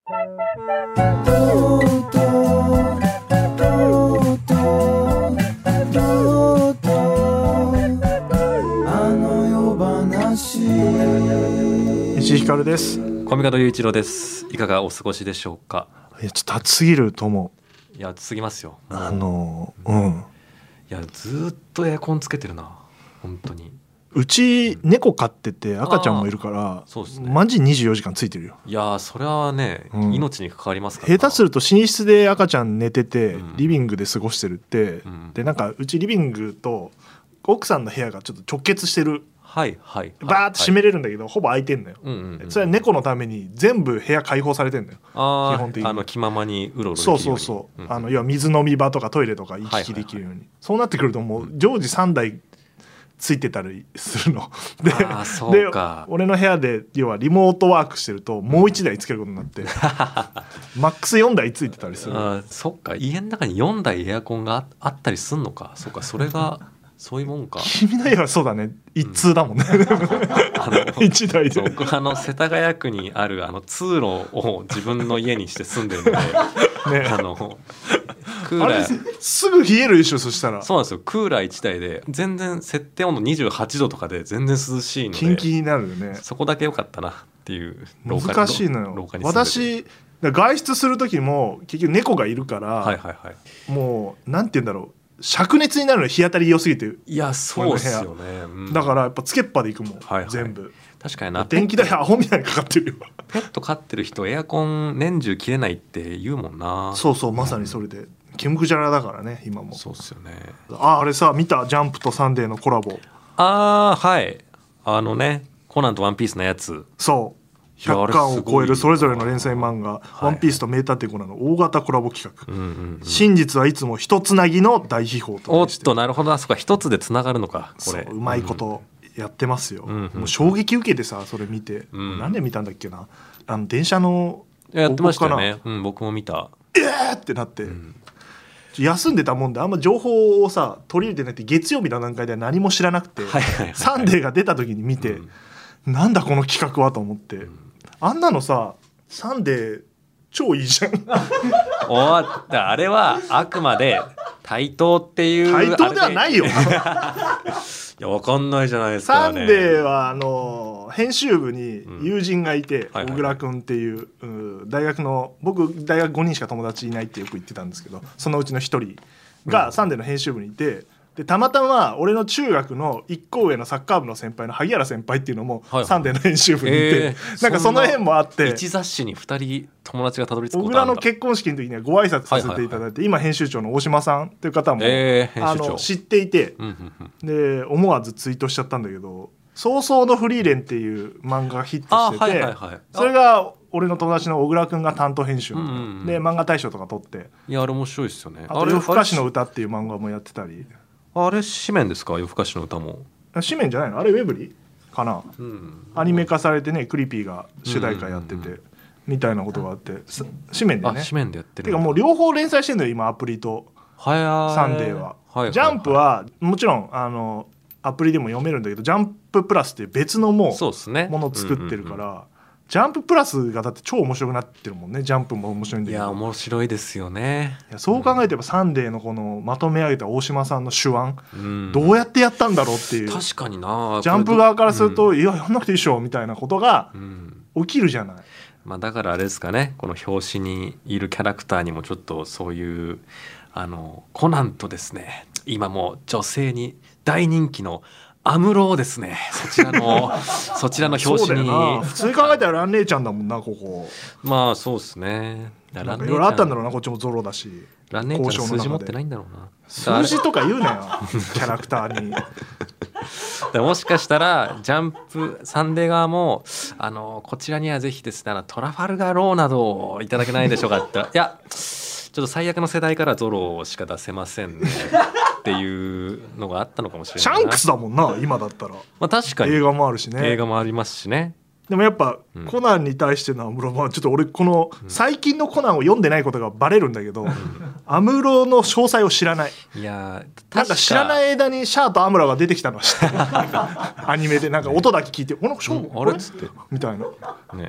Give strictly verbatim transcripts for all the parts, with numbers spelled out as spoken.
石井ひかるです。 小見門雄一郎です。いかがお過ごしでしょうか。 いやちょっと暑すぎると思う。いや暑すぎますよ。 あのうんいやずっとエアコンつけてるな本当に。 うち猫飼ってて赤ちゃんもいるから、そうですね、マジにじゅうよじかんついてるよ。 いやそれはね、うん、命に関わりますから。 下手すると寝室で赤ちゃん寝てて、うん、リビングで過ごしてるって、うん、でなんかうちリビングと奥さんの部屋がちょっと直結してる。 はいはい、 バーって閉めれるんだけど、はい、ほぼ開いてんのよ、うんうんうん、それは猫のために全部部屋開放されてんのよ。 あ基本的にあの気ままにうろうろできるように。 そうそうそう、うん、あの要は水飲み場とかトイレとか行き来できるように、はいはいはい、そうなってくるともう常時さんだいついてたりするので、 あそうか。 で俺の部屋で要はリモートワークしてるともういちだいつけることになってマックスよんだいついてたりする。 あそっか、家の中によんだいエアコンが あ, あったりすんのか。そっか、それがそういうもんか。 君の家はそうだね、一通だもんね、うん、あのいちだいで。 僕あの世田谷区にあるあの通路を自分の家にして住んでるので、ね、あのクーラー、あれすぐ冷えるでしょ。そしたらそうなんですよ。クーラーいちだいで全然設定温度にじゅうはちどとかで全然涼しいので、 キンキンになるよね。 そこだけ良かったなっていう。 難しいのよ。私外出する時も結局猫がいるから、はいはいはい、もうなんて言うんだろう、灼熱になるの。日当たり良すぎて。 いやそうですよね、 うん、だからやっぱつけっぱで行くもん、はいはい、全部。 確かにな。 電気代アホみたいにかかってるよ。 ペット飼ってる人エアコン年中切れないって言うもんな。 そうそう、まさにそれでケムクジャラだからね今も。 そうっすよね。 ああれさ見た？ジャンプとサンデーのコラボ。 ああはい、あのね、コナンとワンピースのやつ。 そうひゃっかんを超えるそれぞれの連載漫画、はい、ワンピースと名探偵コナンの大型コラボ企画、うんうんうん、真実はいつも一つなぎの大秘宝と。 おっとなるほど、あそこは一つでつながるのかこれ。 そううまいことやってますよ、うんうんうん、もう衝撃受けてさそれ見て、うん、何で見たんだっけな、あの電車のやってましたよね、うん、僕も見た。 えーってなって、うん、休んでたもんであんま情報をさ取り入れてなくて、月曜日の段階では何も知らなくて、はいはいはいはい、サンデーが出た時に見て、うん、なんだこの企画はと思って、うん、あんなのさサンデー超いいじゃんおあれはあくまで対等っていう。 対等ではないよいや分かんないじゃないですか、ね、 サンデーはあの編集部に友人がいて、うん、小倉君っていう、うん、大学の、僕大学ごにんしか友達いないってよく言ってたんですけど、そのうちのひとりがサンデーの編集部にいて、でたまたま俺の中学のいっこ上のサッカー部の先輩の萩原先輩っていうのもサンデーの編集部にいて、はいはい、なんかその辺もあって、 一雑誌にふたり友達がたどり着くこと小倉の結婚式の時にはご挨拶させていただいて、はいはいはい、今編集長の大島さんっていう方も、えー、あの知っていて、うんうんうん、で思わずツイートしちゃったんだけど、早々のフリーレンっていう漫画がヒットしてて、はいはいはい、それが俺の友達の小倉くんが担当編集、うんうんうん、で漫画大賞とか取って、 いやあれ面白いですよね。 あと夜更かしの歌っていう漫画もやってたり。 あれ紙面ですか？夜更かしの歌も紙面じゃないの？あれウェブリかな、うん、アニメ化されてね、クリピーが主題歌やってて、うんうんうん、みたいなことがあって、紙面でね。 あ紙面でやってる。 てかもう両方連載してるのよ今、アプリとサンデーは、はいはいはい、ジャンプはもちろんあのアプリでも読めるんだけど、ジャンププラスっていう別のもうものを作ってるから、うんうんうん、ジャンププラスがだって超面白くなってるもんね。ジャンプも面白いんだけど。 いや面白いですよね。 いやそう考えてば、うん、サンデーのこのまとめ上げた大島さんの手腕、うん、どうやってやったんだろうっていう。 確かにな。 ジャンプ側からすると、うん、いややんなくていいでしょみたいなことが起きるじゃない、うん、 まあ、だからあれですかね、この表紙にいるキャラクターにもちょっとそういう、あのコナンとですね、今も女性に大人気のアムロをですね、そちらのそちらの表紙に。 普通に考えたらラン姉ちゃんだもんな、ここ。 まあそうですね。 いろいろあったんだろうな、こっちもゾロだし。 ラン姉ちゃん数字持ってないんだろうな。 数字とか言うなよキャラクターにもしかしたらジャンプサンデー側もあのこちらにはぜひですね、トラファルガーローなどをいただけないでしょうかって言ったら、いやちょっと最悪の世代からゾロしか出せませんねっていうのがあったのかもしれないな。 シャンクスだもんな今だったら。 まあ確かに映画もあるしね。 映画もありますしね。 でもやっぱ、うん、コナンに対してのアムロはちょっと俺この最近のコナンを読んでないことがバレるんだけど、うん、アムロの詳細を知らない。 いやなんか知らない間にシャアとアムロが出てきたのは知ってるアニメでなんか音だけ聞いて、ね、おなんかシャア、 うん、あれっつってみたいな、 ね、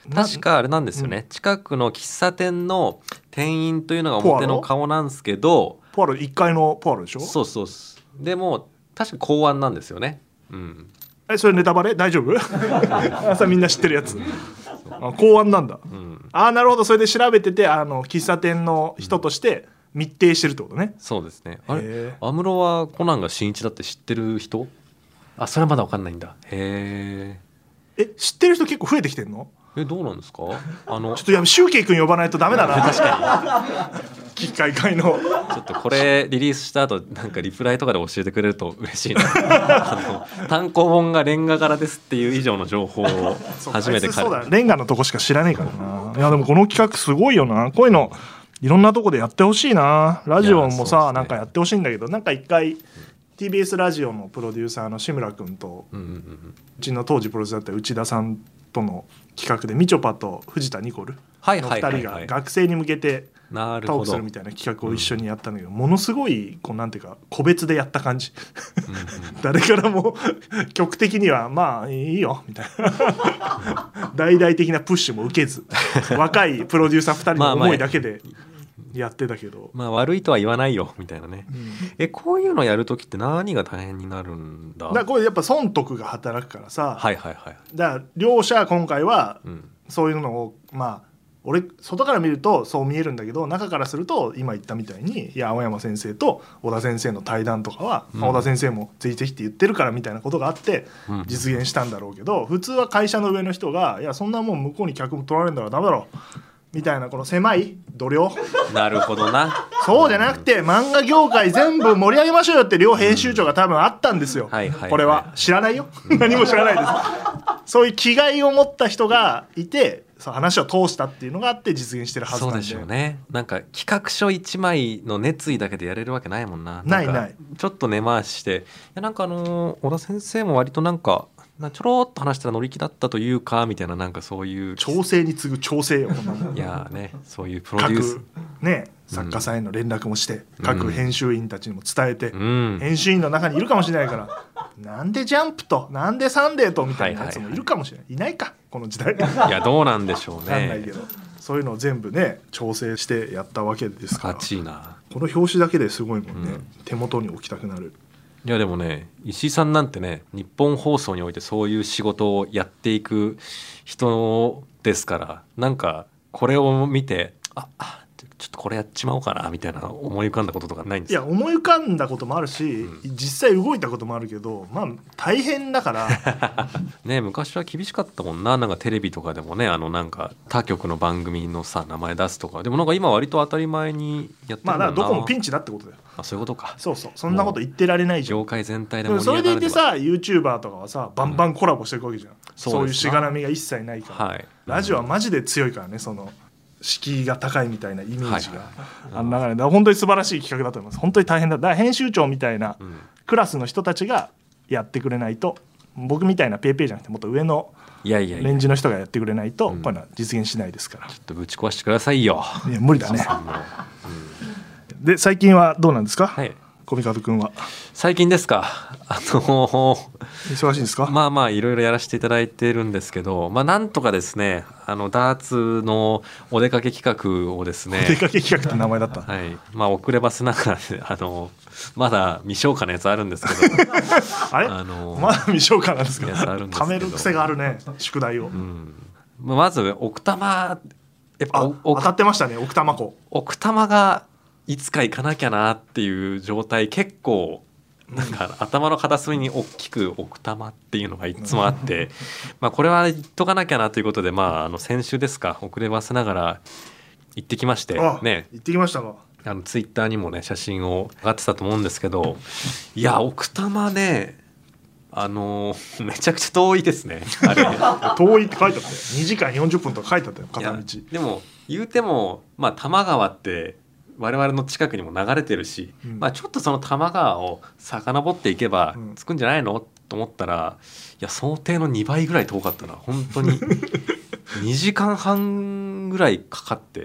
確かあれなんですよね、うん、近くの喫茶店の店員というのが表の顔なんですけど、 ポアロいっかいのポアロでしょ。 そうそうでも確か公安なんですよね、うん、 えそれネタバレ大丈夫朝みんな知ってるやつあ公安なんだ、うん、ああなるほど。それで調べててあの喫茶店の人として密偵してるってことね、 うん、そうですね。あれ安室はコナンが新一だって知ってる人？あそれはまだ分かんないんだ。へええ知ってる人結構増えてきてんの？ えどうなんですか？あのちょっとやめシュウケイ君呼ばないとダメだな確かに機械会のちょっとこれリリースした後なんかリプライとかで教えてくれると嬉しいなあの単行本がレンガ柄ですっていう以上の情報を初めてそうだレンガのとこしか知らねえからな。いやでもこの企画すごいよな。こういうのいろんなとこでやってほしいな。ラジオもさ、ね、なんかやってほしいんだけどなんか一回 ティービーエス ラジオのプロデューサーの志村君と、うんうんうん、うちの当時プロデューサーだった内田さんとの企画でみちょぱと藤田ニコルのふたりが学生に向けてトークするみたいな企画を一緒にやったんだけど、ものすごいこうなんていうか個別でやった感じ誰からも局的にはまあいいよみたいな大々的なプッシュも受けず若いプロデューサーふたりの思いだけでやってたけど、 まあ悪いとは言わないよみたいなね、うん、えこういうのやるときって何が大変になるんだ？だからこれやっぱ損得が働くからさ、 はいはいはい、 だから両者今回はそういうのを、うん、まあ俺外から見るとそう見えるんだけど中からすると今言ったみたいにいや青山先生と小田先生の対談とかは、うんまあ、小田先生もぜひぜひって言ってるからみたいなことがあって実現したんだろうけど、うん、普通は会社の上の人がいやそんなもん向こうに客も取られるんだからダメだろみたいなこの狭い度量なるほどなそうじゃなくて漫画業界全部盛り上げましょうよって両編集長が多分あったんですよ、うんはいはいはい、これは知らないよ何も知らないですそういう気概を持った人がいてそう話を通したっていうのがあって実現してるはずなんで。 そうでしょうね。なんか企画書いちまいの熱意だけでやれるわけないもんな。 ないない。 ちょっと根回ししていやなんかあのー、小田先生も割となんかちょろっと話したら乗り気だったというかみたいななんかそういう調整に次ぐ調整よいやねそういうプロデュース各ね作家さんへの連絡もして、うん、各編集員たちにも伝えて、うん、編集員の中にいるかもしれないからなんでジャンプとなんでサンデーとみたいなやつもいるかもしれない、はいはいはい、いないかこの時代いやどうなんでしょうね。 なんないけどそういうのを全部ね調整してやったわけですから熱いな。 この表紙だけですごいもんね、うん、手元に置きたくなる。 いやでもね石井さんなんてね日本放送においてそういう仕事をやっていく人ですからなんかこれを見てああちょっとこれやっちまおうかなみたいな思い浮かんだこととかないんですか？ いや思い浮かんだこともあるし、うん、実際動いたこともあるけどまあ大変だからね昔は厳しかったもんな。なんかテレビとかでもねあのなんか他局の番組のさ名前出すとかでもなんか今割と当たり前にやってるんだな。 まあだからどこもピンチだってことだよ。 あそういうことか。 そうそうそんなこと言ってられないじゃん。 業界全体で盛り上がる。 それでいてさ YouTuber とかはさバンバンコラボしていくわけじゃん、うん、そういうしがらみが一切ないから、はい、ラジオはマジで強いからねその敷居が高いみたいなイメージがあんながら、ね、本当に素晴らしい企画だと思います。本当に大変だ。だから編集長みたいなクラスの人たちがやってくれないと、僕みたいなペーペーじゃなくてもっと上のレンジの人がやってくれないとこういうのは実現しないですから。 ちょっとぶち壊してくださいよ。 いや無理だね。うん、で最近はどうなんですか、はい、コミカド君は。 最近ですか。あの忙しいですか。 まあまあいろいろやらせていただいてるんですけど、まあなんとかですねあのダーツのお出かけ企画をですねお出かけ企画って名前だった、 はい、まあ遅ればせながらあのまだ未消化のやつあるんですけどあれあのまだ未消化なんですか。貯める癖があるね宿題を、うん、 まず奥多摩やっぱ当たってましたね。奥多摩湖奥多摩がいつか行かなきゃなっていう状態結構なんか頭の片隅に大きく奥多摩っていうのがいつもあってまあこれは言っとかなきゃなということでまああの先週ですか遅ればせながら行ってきましてね。 行ってきましたか。 あのツイッターにもね写真を上がってたと思うんですけどいや奥多摩ねあのー、めちゃくちゃ遠いですねあれ遠いって書いてあったよ。にじかんよんじゅっぷんとか書いてあったよ片道。 でも言うてもまあ多摩川って我々の近くにも流れてるし、うんまあ、ちょっとその多摩川を遡っていけば着くんじゃないの、うん、と思ったらいや想定のにばいぐらい遠かったな本当ににじかんはんぐらいかかって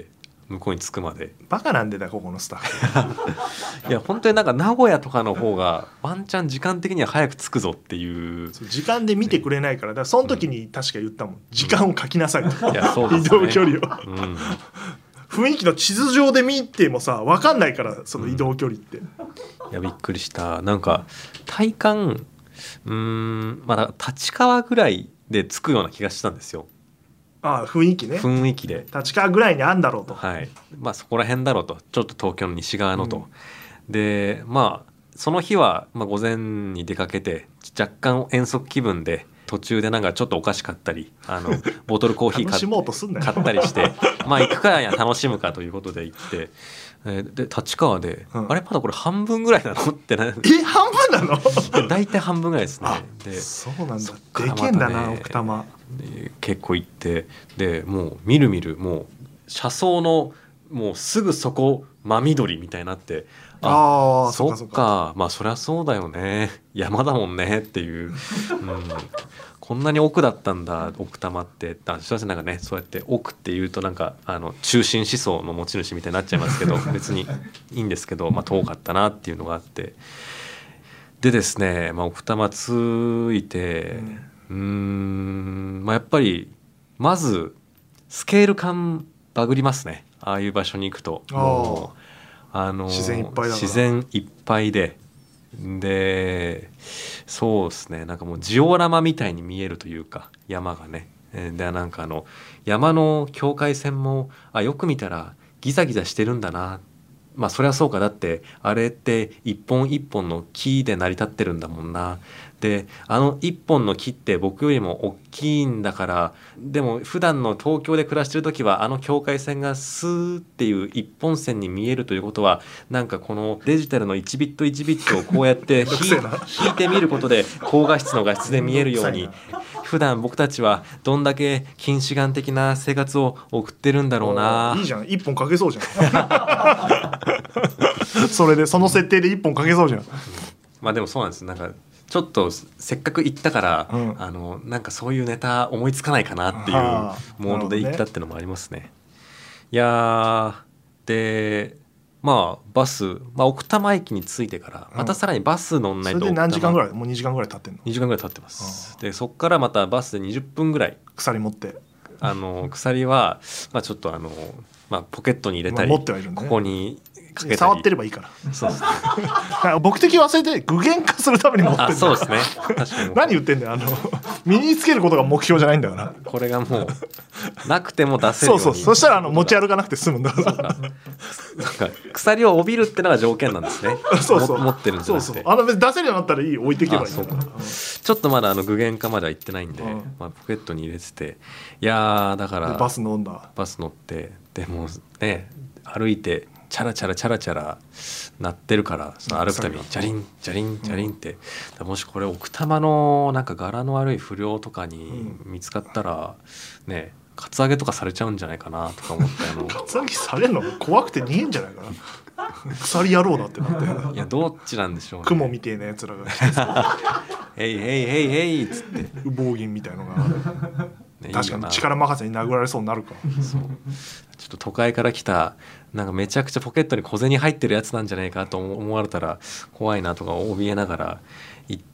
向こうに着くまで。 バカなんでだここのスタッフいや本当になんか名古屋とかの方がワンチャン時間的には早く着くぞっていう。 時間で見てくれないから、だからその時に確か言ったもん、うん、時間を書きなさいと、 いやそうですね、 移動距離を、 うん、 雰囲気の地図上で見てもさ分かんないから、その移動距離って、うん、いやびっくりした。なんか体感うーんまだ立川ぐらいで着くような気がしたんですよ。 ああ雰囲気ね、 雰囲気で立川ぐらいにあんだろうと、 はいまあそこら辺だろうと、ちょっと東京の西側のと、うん、でまあその日は、まあ、午前に出かけて若干遠足気分で途中でなんかちょっとお菓子買ったりあのボトルコーヒー買買ったりしてまあ行くからには楽しむかということで行って、えー、で立川で、うん、あれまだこれ半分ぐらいなのってな、 え半分なの大体半分ぐらいですね。でそうなんだ、まね、でけんだな奥多摩。 結構行ってでもうみるみるもう車窓のもうすぐそこ真緑みたいになって、ああそっかそっか、まあそりゃそうだよね山だもんねっていう、うん、こんなに奥だったんだ奥多摩って。すいませんなんかねそうやって奥っていうとなんかあの中心思想の持ち主みたいになっちゃいますけど別にいいんですけど、まあ、遠かったなっていうのがあって、でですね、まあ、奥多摩着いて、うんうーんまあ、やっぱりまずスケール感バグりますね。ああいう場所に行くともうあの自然いっぱいだから自然いっぱいででそうですねなんかもうジオラマみたいに見えるというか山がね、でなんかあの山の境界線もあよく見たらギザギザしてるんだな。まあそりゃそうか、だってあれって一本一本の木で成り立ってるんだもんな。であの一本の木って僕よりも大きいんだから、でも普段の東京で暮らしてる時はあの境界線がスーっていう一本線に見えるということは、なんかこのデジタルのいちビットいちビットをこうやって引いてみることで高画質の画質で見えるように普段僕たちはどんだけ近視眼的な生活を送ってるんだろうな。 いいじゃん、一本かけそうじゃんそれでその設定で一本かけそうじゃん。 まあでもそうなんです。なんかちょっとせっかく行ったから、うん、あのなんかそういうネタ思いつかないかなっていうモードで行ったってのもありますね。いやでまあバス、まあ、奥多摩駅に着いてからまたさらにバス乗んないと、うん、 それで何時間ぐらいもうにじかんぐらい経ってんの？ にじかんぐらい経ってます。でそっからまたバスでにじゅっぷんぐらい鎖持ってあの鎖は、まあ、ちょっとあの、まあ、ポケットに入れたり、 まあ、持ってはいるんだね、 ここにかけたり触ってればいいから。 そうですね僕的忘れて具現化するために持ってんだよ。 あそうですね確かに何言ってんだよ、あの身につけることが目標じゃないんだから。 これがもうなくても出せるように。 そうそう、そしたらあの持ち歩かなくて済むんだからなんか鎖を帯びるってのが条件なんですねそうそう持ってるんじゃなくて、 そうそう、あの別に出せるようになったらいい、置いていけばいいんだから。 ちょっとまだあの具現化までは行ってないんで、うんまあ、ポケットに入れてて、いやだからバス乗んだバス乗ってでもね歩いてチャラチャラチャラチャラ鳴ってるから、その歩くたびにジャリンジャリンジャリンって、うん、もしこれ奥多摩のなんか柄の悪い不良とかに見つかったら、うん、ねカツアゲとかされちゃうんじゃないかなとか思って、あのカツアゲされるの怖くて逃げんじゃないかな鎖野郎だってなって。 いやどっちなんでしょうね。 雲みてえなやつらがヘイヘイヘイヘイっつって羽毛銀みたいのがね、確かに力任せに殴られそうになるか。 そうちょっと都会から来たなんかめちゃくちゃポケットに小銭入ってるやつなんじゃないかと思われたら怖いなとか怯えながら行って、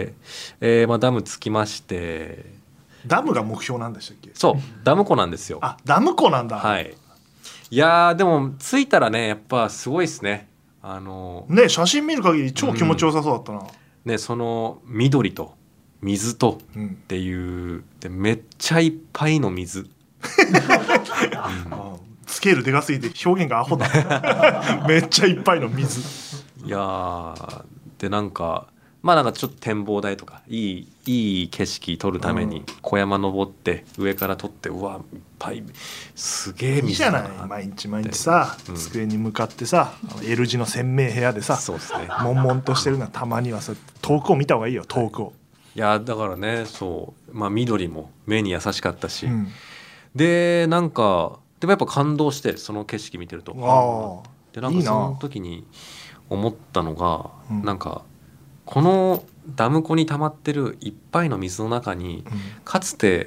えーまあ、ダム着きまして。 ダムが目標なんでしたっけ？ そうダム湖なんですよ。 あダム湖なんだ。 はい。いやでも着いたらねやっぱすごいですね。あのね写真見る限り超気持ちよさそうだったな、うん、 ねその緑と水とっていう、うん、でめっちゃいっぱいの水、うん、 スケールでかすぎて表現がアホだめっちゃいっぱいの水。 いやでなんかまあなんかちょっと展望台とかいいいい景色撮るために小山登って上から撮って、うわいっぱいすげえ水だな。 いいじゃない毎日毎日さ、うん、机に向かってさ L 字の鮮明部屋でさそうですね悶々としてるのはたまにはさ遠くを見た方がいいよ遠くを。 いやだからねそうまあ緑も目に優しかったし、うん、でなんかでもやっぱ感動してその景色見てるとあでなんかその時に思ったのがいいな、なんかこのダム湖に溜まってるいっぱいの水の中に、うん、かつて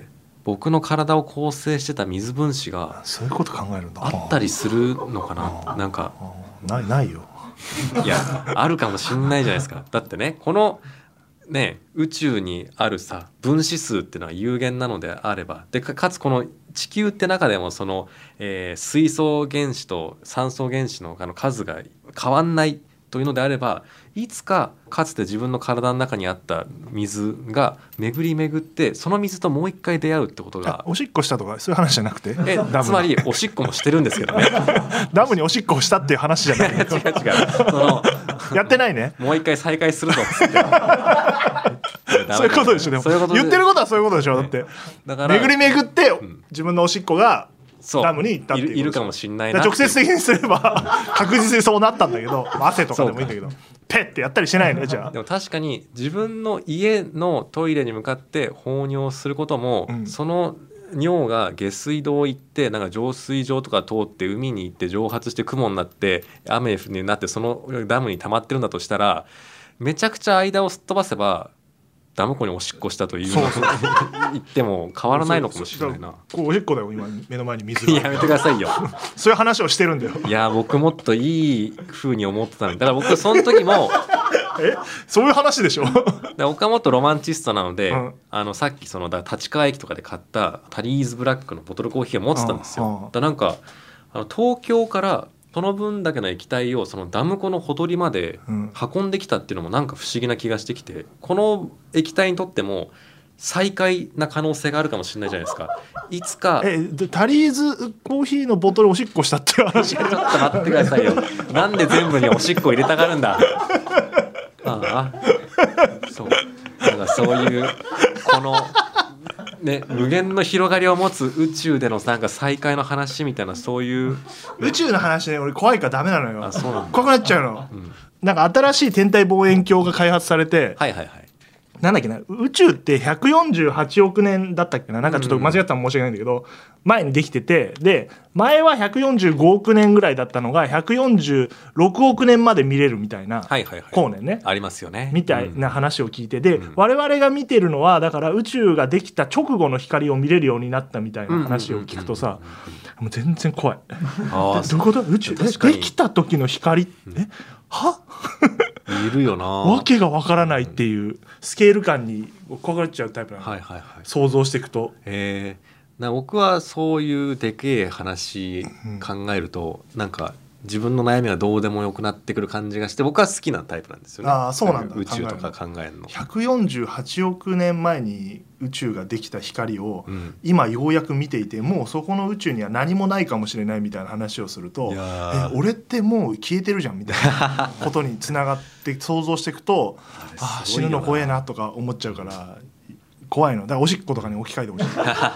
僕の体を構成してた水分子がそういうこと考えるんだあったりするのかな。なんかないないよ。 いやあるかもしんないじゃないですか。だってねこのね宇宙にあるさ分子数っていうのは有限なのであればで か, かつこの地球って中でもその、えー、水素原子と酸素原子のあの数が変わんないというのであればいつかかつて自分の体の中にあった水が巡り巡ってその水ともう一回出会うってことがおしっこしたとかそういう話じゃなくてえつまりおしっこもしてるんですけどねダムにおしっこをしたっていう話じゃない違う違うそのやってないねもう一回再開するぞっつってそういうことでしょ。でも言ってることはそういうことでしょ。だってだから巡り巡って、うん、自分のおしっこがダムに行ったっていうい, るいるかもしんないな直接的にすれば確実にそうなったんだけど汗とかでもいいんだけどペッてやったりしないね。じゃあでも確かに自分の家のトイレに向かって放尿することも、うん、その尿が下水道行ってなんか浄水場とか通って海に行って蒸発して雲になって雨になってそのダムに溜まってるんだとしたらめちゃくちゃ間をすっ飛ばせばダム湖におしっこしたというのを言っても変わらないのかもしれないな。 こうおしっこだよ今目の前に水がやめてくださいよそういう話をしてるんだよ。 いや僕もっといい風に思ってたのだから僕その時もえそういう話でしょ岡本ロマンチストなので、うん、あのさっきそのだ立川駅とかで買ったタリーズブラックのボトルコーヒーを持ってたんですよ。だなんかあの東京からその分だけの液体をそのダム湖のほとりまで運んできたっていうのもなんか不思議な気がしてきてこの液体にとっても再開な可能性があるかもしれないじゃないですか。いつかえタリーズコーヒーのボトルおしっこしたっていう話ちょっと待ってくださいよなんで全部におしっこ入れたがるんだああそうなんかそういうこのね、無限の広がりを持つ宇宙でのなんか再会の話みたいなそういう、ね、 宇宙の話ね俺怖いからダメなのよ。 あそうなんだ怖くなっちゃうの、うん、なんか新しい天体望遠鏡が開発されて、 はいはいはい、 なんだっけな宇宙ってひゃくよんじゅうはちおくねんだったっけななんかちょっと間違ったら申し訳ないんだけど、うん、前にできててで前はひゃくよんじゅうごおくねんぐらいだったのがひゃくよんじゅうろくおくねんまで見れるみたいな、 はいはいはい、 光年ねありますよねみたいな話を聞いてで、うん、我々が見てるのはだから宇宙ができた直後の光を見れるようになったみたいな話を聞くとさもう全然怖いあどういうこと宇宙できた時の光えはいるよなわけがわからないっていうスケール感に怖がっちゃうタイプなの、はいはいはい、想像していくと、 えー、な僕はそういうでけえ話考えると、うん、なんか自分の悩みはどうでもよくなってくる感じがして僕は好きなタイプなんですよね。 あそうなんだ宇宙とか考えるのひゃくよんじゅうはちおくねんまえに宇宙ができた光を、うん、今ようやく見ていてもうそこの宇宙には何もないかもしれないみたいな話をするとえ俺ってもう消えてるじゃんみたいなことにつながって想像していくとあ死ぬの怖えなとか思っちゃうから怖いのだからおしっことかに置き換えてほし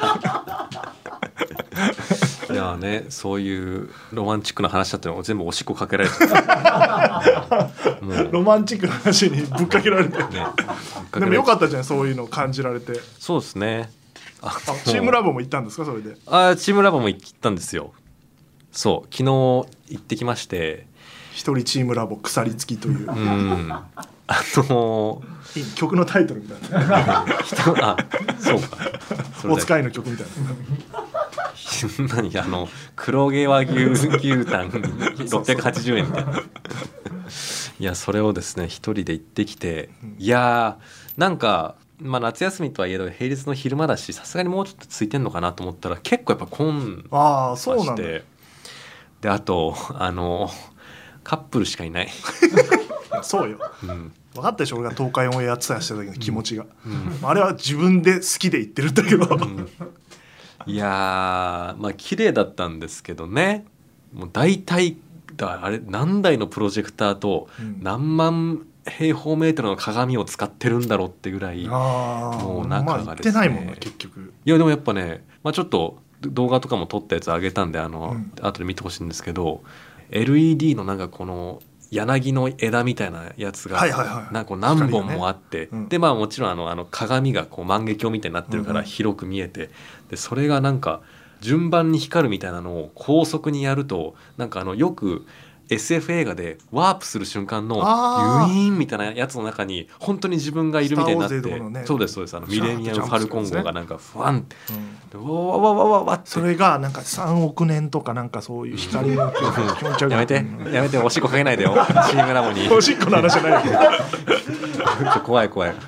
いいやね、そういうロマンチックな話だったのを全部おしっこかけられちゃったもうロマンチックな話にぶっかけられて、ね、でもよかったじゃんそういうの感じられて。 そうですね。 あチームラボも行ったんですかそれで。 あチームラボも行ったんですよ。そう昨日行ってきまして一人チームラボ腐りつきという、うん、 あのー、曲のタイトルみたいなあそうかお使いの曲みたいな何あの黒毛和牛牛タンろっぴゃくはちじゅうえんみたいな。いやそれをですね一人で行ってきて、うん、いやなんか、まあ、夏休みとはいえど平日の昼間だしさすがにもうちょっとついてんのかなと思ったら結構やっぱ混んまして。あそうなんだ。であとあのカップルしかいないそうよ、うん、分かったでしょ俺が東海オンエアツアーした時の気持ちが、うんうん、あれは自分で好きで言ってるんだけど、うんいやまあ綺麗だったんですけどねもう大体だあれ何台のプロジェクターと何万平方メートルの鏡を使ってるんだろうってぐらい、うん、もう中がですね、まあ、言ってないもんな結局。いやでもやっぱね、まあ、ちょっと動画とかも撮ったやつ上げたんであの、うん、後で見てほしいんですけど エルイーディー のなんかこの柳の枝みたいなやつがなんか何本もあって、ねうん、でまあもちろんあのあの鏡がこう万華鏡みたいになってるから広く見えて、うん、でそれがなんか順番に光るみたいなのを高速にやるとなんかあのよくエスエフ 映画でワープする瞬間のユイあーーンみたいなやつの中に本当に自分がいるみたいになって、 スターウォーズのねそうですそうです、あのミレニアム・ファルコン号がなんかフワンって、 うんでわわわわわわってそれがなんかさんおくねんとかなんかそういう光の気持ち悪いやめてうんやめて、おしっこかけないでよシングラボにおしっこの話じゃないよ怖い怖い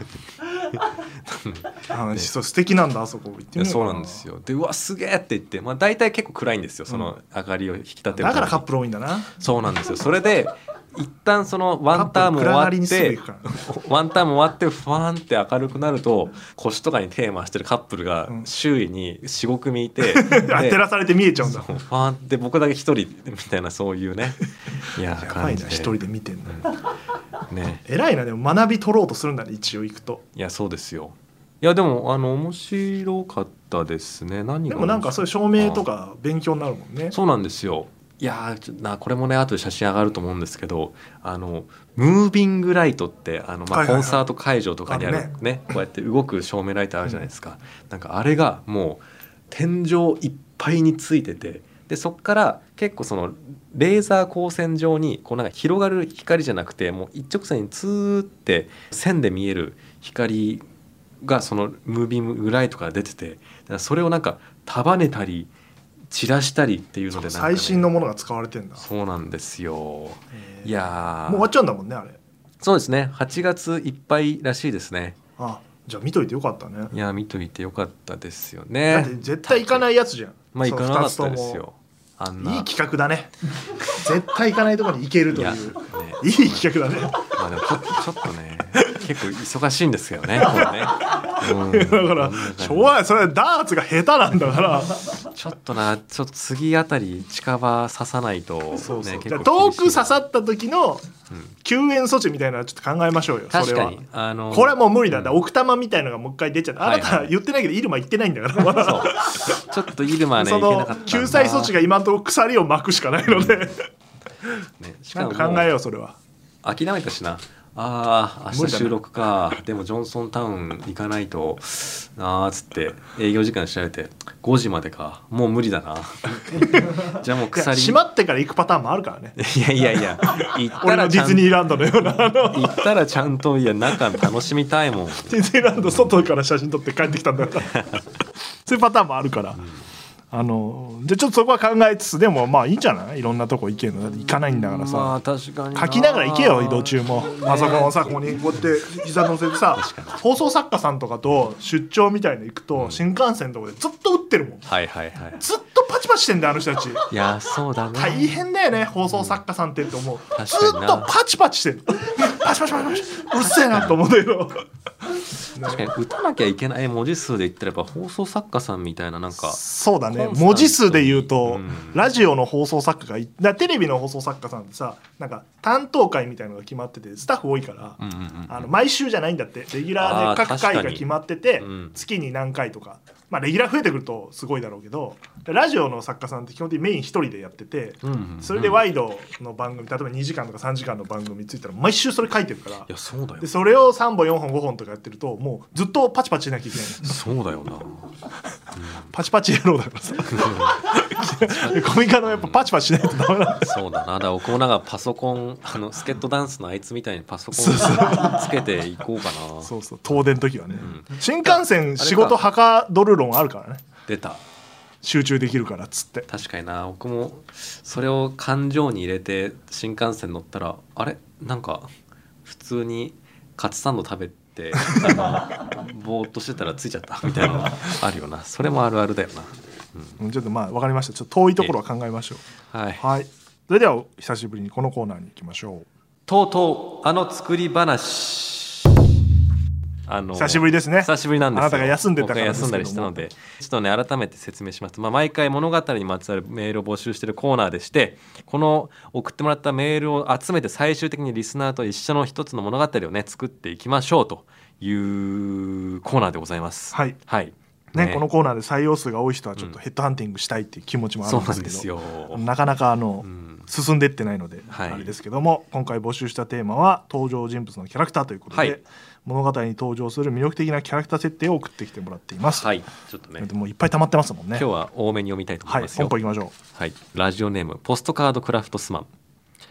あそう素敵なんだあそこ行ってみよかいやそうなんですよ。でうわすげえって言って、まあ、大体結構暗いんですよ、その明かりを引き立てるためにだからカップル多いんだなそうなんですよ。それで一旦そのワンターム終わっカップル暗がりにすぐて行くからワンターム終わってフワーンって明るくなると腰とかにテーマしてるカップルがうん周囲に よん,ご 組いてあ照らされて見えちゃうんだそうフワーンって僕だけ一人みたいなそういうねいややば感じでいな一人で見てんのね、 偉いなでも学び取ろうとするんだね一応行くといやそうですよ。いやでもあの面白かったですね。何がでもなんかそういう照明とか勉強になるもんねそうなんですよ。いやーちょなこれもね後で写真上がると思うんですけど、あのムービングライトってあの、まあはいはいはいコンサート会場とかにあるあるねこうやって動く照明ライトあるじゃないですか、なんかあれがもう天井いっぱいについてて、でそっから結構そのレーザー光線状にこうなんか広がる光じゃなくてもう一直線にツーって線で見える光がそのムービングライトから出てて、だからそれをなんか束ねたり散らしたりっていうのでなんか、ね、 最新のものが使われてんだそうなんですよ。 へーいやーもう終わっちゃうんだもんねあれそうですねはちがついっぱいらしいですね。 あじゃあ見といてよかったねいや見といてよかったですよだね。 って絶対行かないやつじゃんまあ行かなかったですそうよあんないい企画だね絶対行かないところに行けるといういやねいい企画だねまあでもちょちょっとね結構忙しいんですよねこれね、うん、 だからしょうがないそれはダーツが下手なんだからちょっとなちょっと次あたり近場刺さないと、ね、 そうそう結構じゃあ遠く厳しいな刺さった時の救援措置みたいなのちょっと考えましょうよそれは確かにあのこれはもう無理だ、だから奥多摩みたいのがもう一回出ちゃってあなはいはいた言ってないけど入間行ってないんだからまだそうちょっとイルマねその行けなかったんだ救済措置が今のところ鎖を巻くしかないのでね、しかもなんか考えようそれは諦めたしなあー明無理だな日収録かでもジョンソンタウン行かないとなーっつって営業時間調べてごじまでかもう無理だなじゃあもういや鎖閉まってから行くパターンもあるからねいやいやいや行った俺のディらちゃんズニーランドのようなあの行ったらちゃんといや中楽しみたいもんディズニーランド外から写真撮って帰ってきたんだからそういうパターンもあるから、あのでちょっとそこは考えつつでもまあいいんじゃないいろんなとこ行けるのだって行かないんだからさ、 まあ確かにな書きながら行けよ移動中もあそこのさここにこうやって膝乗せてさ放送作家さんとかと出張みたいの行くと、新幹線のとこでずっと打ってるもんはいはいはいずっとパチパチしてんだよあの人たちいやそうだね大変だよね放送作家さんってって思う、 確ずかになっとパチパチしてるパチパチパチパチうるせえなと思うんだけど確かに打たなきゃいけない文字数で言ったらやっぱ放送作家さんみたいななんかそうだねコンスタントに文字数で言うと、 うんラジオの放送作家がいだからテレビの放送作家さんってさなんか担当会みたいなのが決まっててスタッフ多いから、 うんうんうんあの毎週じゃないんだってレギュラーであー各回が決まってて、 確かにうん月に何回とか、まあ、レギュラー増えてくるとすごいだろうけどラジオの作家さんって基本的にメイン一人でやってて、 うんうんうんそれでワイドの番組例えばにじかんとかさんじかんの番組についたら毎週それ書いてるからいやそうだよでそれをさんぼんよんほんごほんとかやってるともうずっとパチパチしなきゃいけないそうだよなパチパチ野郎だからさコミカのやっぱパチパチしないとダメなんだよそうだなだから僕もなんかパソコンあのスケットダンスのあいつみたいにパソコンそうそうつけていこうかなそうそう遠出の時はね、 ん新幹線仕事はかどる論あるからね出た集中できるからっつって確かにな僕もそれを感情に入れて新幹線乗ったらあれなんか普通にカツサンド食べてあのぼーっとしてたらついちゃったみたいなのあるよなそれもあるあるだよな、 うんちょっとまあ分かりましたちょっと遠いところは考えましょうはい、 はいそれでは久しぶりにこのコーナーに行きましょうとうとうあの作り話あの久しぶりですね久しぶりなんですよあなたが休んでたからですけども僕が休んだりしたのでちょっとね改めて説明しますと、まあ、毎回物語にまつわるメールを募集しているコーナーでしてこの送ってもらったメールを集めて最終的にリスナーと一緒の一つの物語をね作っていきましょうというコーナーでございますはいはいねこのコーナーで採用数が多い人はちょっとヘッドハンティングしたいっていう気持ちもあるそうんなんですけど、 ですよなかなかあの、 うん進んでってないので、 はいあれですけども今回募集したテーマは登場人物のキャラクターということで、 はい物語に登場する魅力的なキャラクター設定を送ってきてもらっています、 はいちょっとねでもいっぱい溜まってますもんね今日は多めに読みたいと思はいいますよ、 本邦いきましょうはい、ラジオネームポストカードクラフトスマン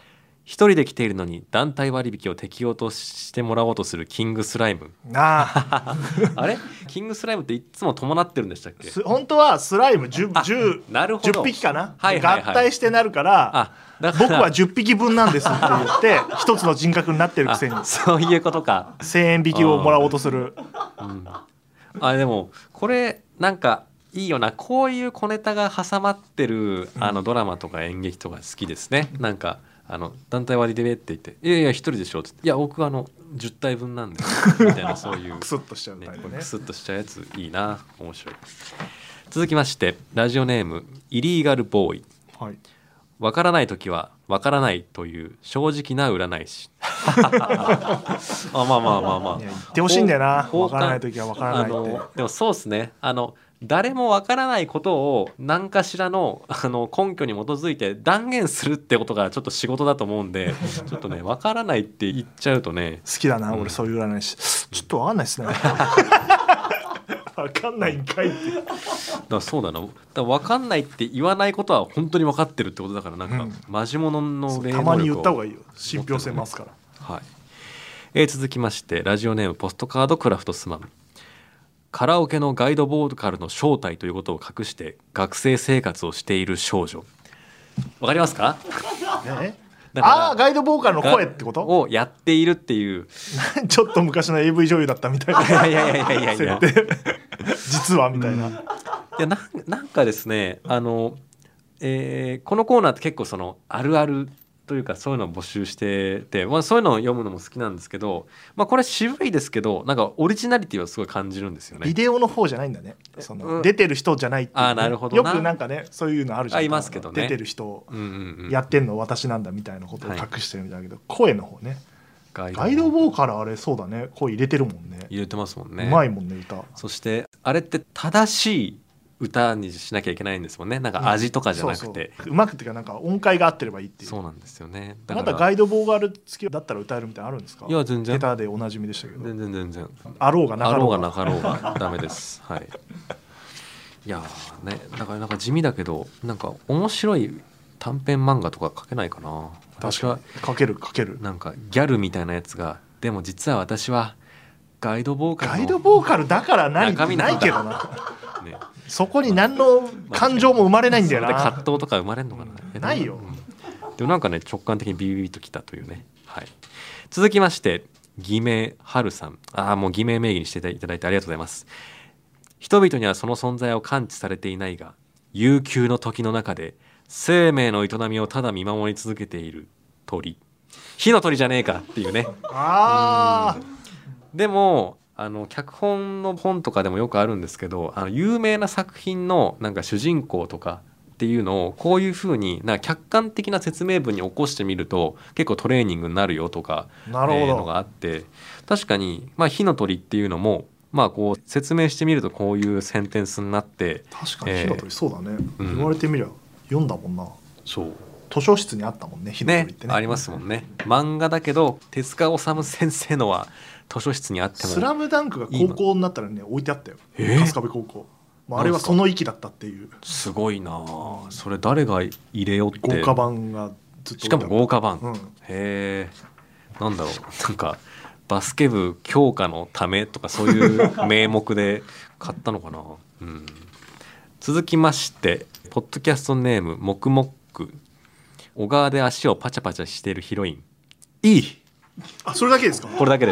一人で来ているのに団体割引を適用としてもらおうとするキングスライム。 なああれキングスライムっていつも伴ってるんでしたっけ？ 本当はスライム じゅう, じゅう, なるほどじゅっぴきかな、 はいはいはい、 合体してなるからあだから僕はじゅっぴきぶんなんですって言って一つの人格になってるくせにそういうことか。 せんえん引きをもらおうとする。 うん、あでもこれなんかいいよな、こういう小ネタが挟まってるあのドラマとか演劇とか好きですね。なんかあの団体割でって言って「いやいや一人でしょ」って言って「いや僕あのじゅったいぶんなんで」みたいなそういうクスッとしちゃうタイプね。 クスッとしちゃうやついいな、面白い。続きましてラジオネームイリーガルボーイ。 はい、 わからないときはわからないという正直な占い師。あまあまあまあまあ言ってほしいんだよな。 ほわからないときはわからないって。 あのでもそうですね、あの誰もわからないことを何かしらの、あの根拠に基づいて断言するってことがちょっと仕事だと思うんでちょっとねわからないって言っちゃうとね好きだな、うん、俺そういう占い師ちょっとわかんないっすねわかんないんかいってだからそうだな、だから分かんないって言わないことは本当に分かってるってことだから、なんか、うん、マジモノの霊能力をたまに言った方がいいよ、信憑性ますから、 はい。えー、続きましてラジオネームポストカードクラフトスマン。カラオケのガイドボーカルの正体ということを隠して学生生活をしている少女。わかりますか？ えああガイドボーカルの声ってことをやっているっていうちょっと昔の エーブイ 女優だったみたいないやいやいやいやいや実はみたいな、うん、いや な, なんかですねあの、えー、このコーナーって結構そのあるあるというかそういうのを募集してて、まあ、そういうのを読むのも好きなんですけど、まあ、これ渋いですけどなんかオリジナリティをすごい感じるんですよね。 ビデオの方じゃないんだね、その、うん、出てる人じゃないっていう、ね、 あなるほどよくなんかねそういうのあるじゃん。 ありますけどね、 出てる人うんうんうん、 やってんの私なんだみたいなことを隠してるみたいだけど、はい、声の方ねガイドガイドボーカルあれそうだね声入れてるもんね。 入れてますもんね。 うまいもんね歌。 そしてあれって正しい歌にしなきゃいけないんですもんね。なんか味とかじゃなくて、うん、 そうそううまくっていうかなんか音階が合ってればいいっていう。 そうなんですよね。 だからあなたガイドボーカル付きだったら歌えるみたいなのあるんですか？ いや全然下手でおなじみでしたけど。 全然全然あろうがなかろうがあろうがなかろうがダメです。はい。いやーねだからなんか地味だけどなんか面白い短編漫画とか書けないかな。 確かに書ける書ける。 なんかギャルみたいなやつがでも実は私はガイドボーカルのガイドボーカルだから何ってないけどな、ね、そこに何の感情も生まれないんだよな。 それで葛藤とか生まれるのかな、 うん、ないよ、 うん、でもなんかね直感的にビビビッときたというね、はい、続きまして偽名はるさん。ああもう偽名名義にしていただいてありがとうございます。人々にはその存在を感知されていないが悠久の時の中で生命の営みをただ見守り続けている鳥、火の鳥じゃねえかっていうね。 あでもあの脚本の本とかでもよくあるんですけど、あの有名な作品のなんか主人公とかっていうのをこういうふうになんか客観的な説明文に起こしてみると結構トレーニングになるよとかなるほど、 えー、のがあって、確かに、まあ、火の鳥っていうのもまあこう説明してみるとこういうセンテンスになって、 確かに火の鳥そうだね、 えー、 言われてみりゃ読んだもんな。 そう図書室にあったもんね火の鳥って ね, ねありますもんね。漫画だけど手塚治虫先生のは図書室にあってもスラムダンクが高校になったらね置いてあったよ、 えー、 春日部高校、まあ、あれはその域だったっていう。 すごいなそれ誰が入れよって。 豪華版がずっとしかも豪華版、 うん、 へえなんだろうなんかバスケ部強化のためとかそういう名目で買ったのかな、うん、続きましてポッドキャストネームもくもく。小川で足をパチャパチャしているヒロインいい。 あそれだけですか？ これだけです。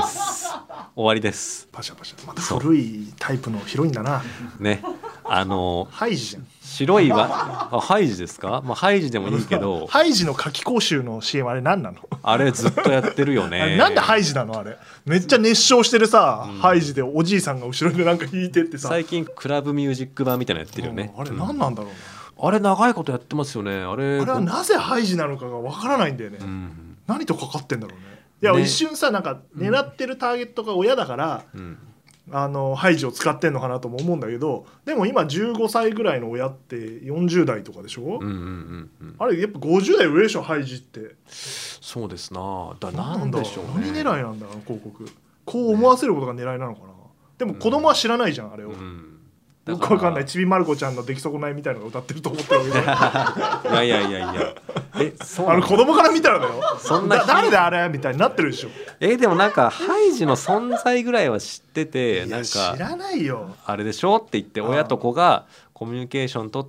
終わりです。 パシャパシャまた古いタイプのヒロインだなね。あのハイジじゃん。 白いはあハイジですか？まあハイジでもいいけどハイジの夏期講習の シーエム あれ何なの？ あれずっとやってるよね。 なんでハイジなのあれ？めっちゃ熱唱してるさ、うん、ハイジでおじいさんが後ろでなんか弾いてってさ、 最近クラブミュージック版みたいなのやってるよね、 うん、あれ何なんだろうな、 うん、あれ長いことやってますよね。あれあれはなぜハイジなのかがわからないんだよね、うん、何とかかってんだろうね。いや、ね、一瞬さなんか狙ってるターゲットが親だから、うん、あのハイジを使ってんのかなとも思うんだけど、でも今じゅうごさいぐらいの親ってよんじゅう代とかでしょ、うんうんうんうん、あれやっぱごじゅう代上でしょハイジって。 そうですな。だなんでしょうね。 何狙いなんだろう広告。こう思わせることが狙いなのかな、ね、でも子供は知らないじゃん、うん、あれを、うんよくわかんないちびまる子ちゃんの出来損ないみたいなのが歌ってると思ってるわけいやいやいやいやえそうなのあの子供から見たらだよ。 そんなだ誰だあれみたいになってるでしょ。 えでもなんかハイジの存在ぐらいは知ってて、なん知からないよ。 あれでしょって言って親と子がコミュニケーション取って、